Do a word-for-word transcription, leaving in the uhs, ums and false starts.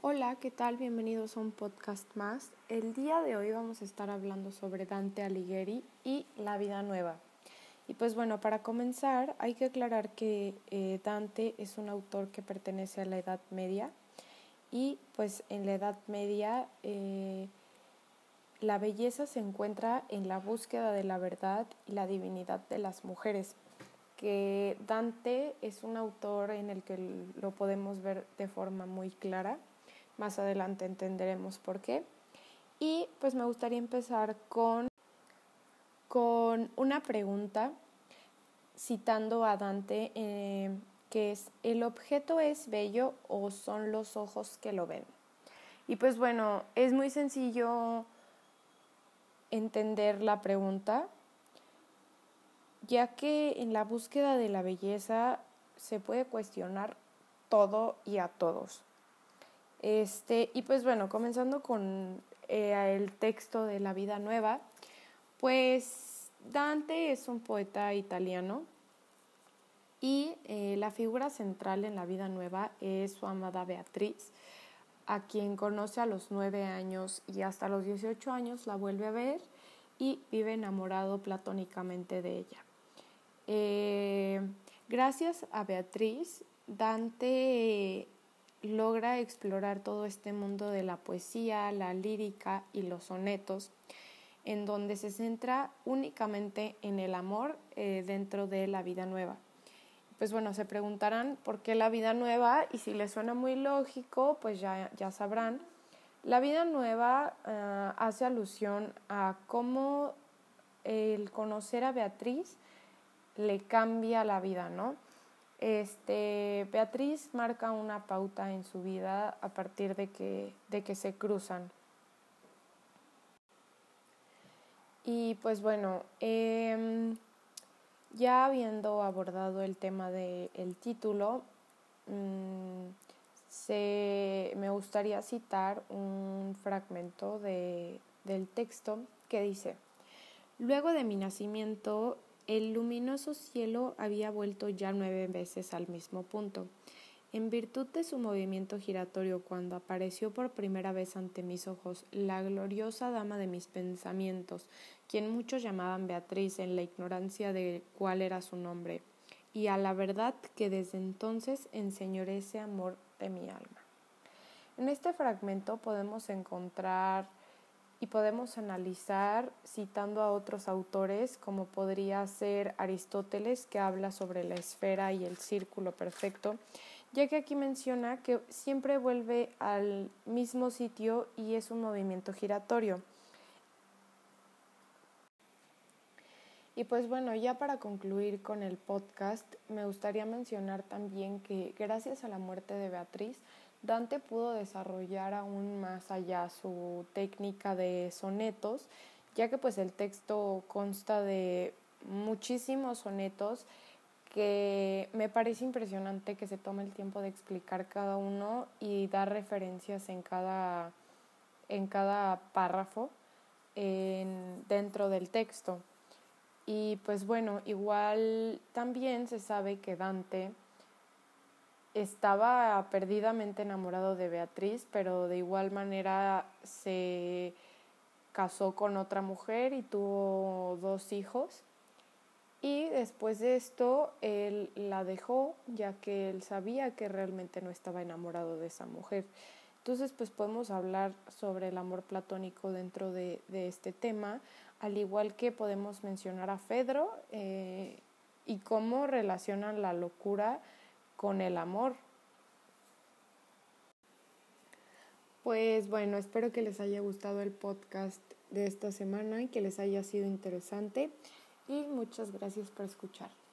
Hola, ¿qué tal? Bienvenidos a un podcast más. El día de hoy vamos a estar hablando sobre Dante Alighieri y la vida nueva. Y pues bueno, para comenzar hay que aclarar que eh, Dante es un autor que pertenece a la Edad Media y pues en la Edad Media eh, la belleza se encuentra en la búsqueda de la verdad y la divinidad de las mujeres. Que Dante es un autor en el que lo podemos ver de forma muy clara. Más adelante entenderemos por qué. Y pues me gustaría empezar con, con una pregunta citando a Dante, eh, que es: ¿el objeto es bello o son los ojos que lo ven? Y pues bueno, es muy sencillo entender la pregunta, ya que en la búsqueda de la belleza se puede cuestionar todo y a todos. Este, y pues bueno, comenzando con eh, el texto de La vida nueva, pues Dante es un poeta italiano y eh, la figura central en La vida nueva es su amada Beatriz, a quien conoce a los nueve años y hasta los dieciocho años la vuelve a ver y vive enamorado platónicamente de ella. Eh, gracias a Beatriz, Dante logra explorar todo este mundo de la poesía, la lírica y los sonetos, en donde se centra únicamente en el amor eh, dentro de la vida nueva. Pues bueno, se preguntarán por qué la vida nueva, y si les suena muy lógico, pues ya, ya sabrán. La vida nueva uh, hace alusión a cómo el conocer a Beatriz le cambia la vida, ¿no? Este, Beatriz marca una pauta en su vida a partir de que, de que se cruzan. Y pues bueno, eh, ya habiendo abordado el tema del título, mmm, se, me gustaría citar un fragmento de, del texto que dice: luego de mi nacimiento, el luminoso cielo había vuelto ya nueve veces al mismo punto. En virtud de su movimiento giratorio, cuando apareció por primera vez ante mis ojos la gloriosa dama de mis pensamientos, quien muchos llamaban Beatriz en la ignorancia de cuál era su nombre, y a la verdad que desde entonces enseñorece amor de mi alma. En este fragmento podemos encontrar y podemos analizar citando a otros autores, como podría ser Aristóteles, que habla sobre la esfera y el círculo perfecto, ya que aquí menciona que siempre vuelve al mismo sitio y es un movimiento giratorio. Y pues bueno, ya para concluir con el podcast, me gustaría mencionar también que gracias a la muerte de Beatriz, Dante pudo desarrollar aún más allá su técnica de sonetos, ya que pues el texto consta de muchísimos sonetos que me parece impresionante que se tome el tiempo de explicar cada uno y dar referencias en cada, en cada párrafo en, dentro del texto. Y pues bueno, igual también se sabe que Dante estaba perdidamente enamorado de Beatriz, pero de igual manera se casó con otra mujer y tuvo dos hijos. Y después de esto, él la dejó, ya que él sabía que realmente no estaba enamorado de esa mujer. Entonces, pues podemos hablar sobre el amor platónico dentro de, de este tema, al igual que podemos mencionar a Fedro eh, y cómo relacionan la locura con el amor. Pues bueno, espero que les haya gustado el podcast de esta semana y que les haya sido interesante. Y muchas gracias por escuchar.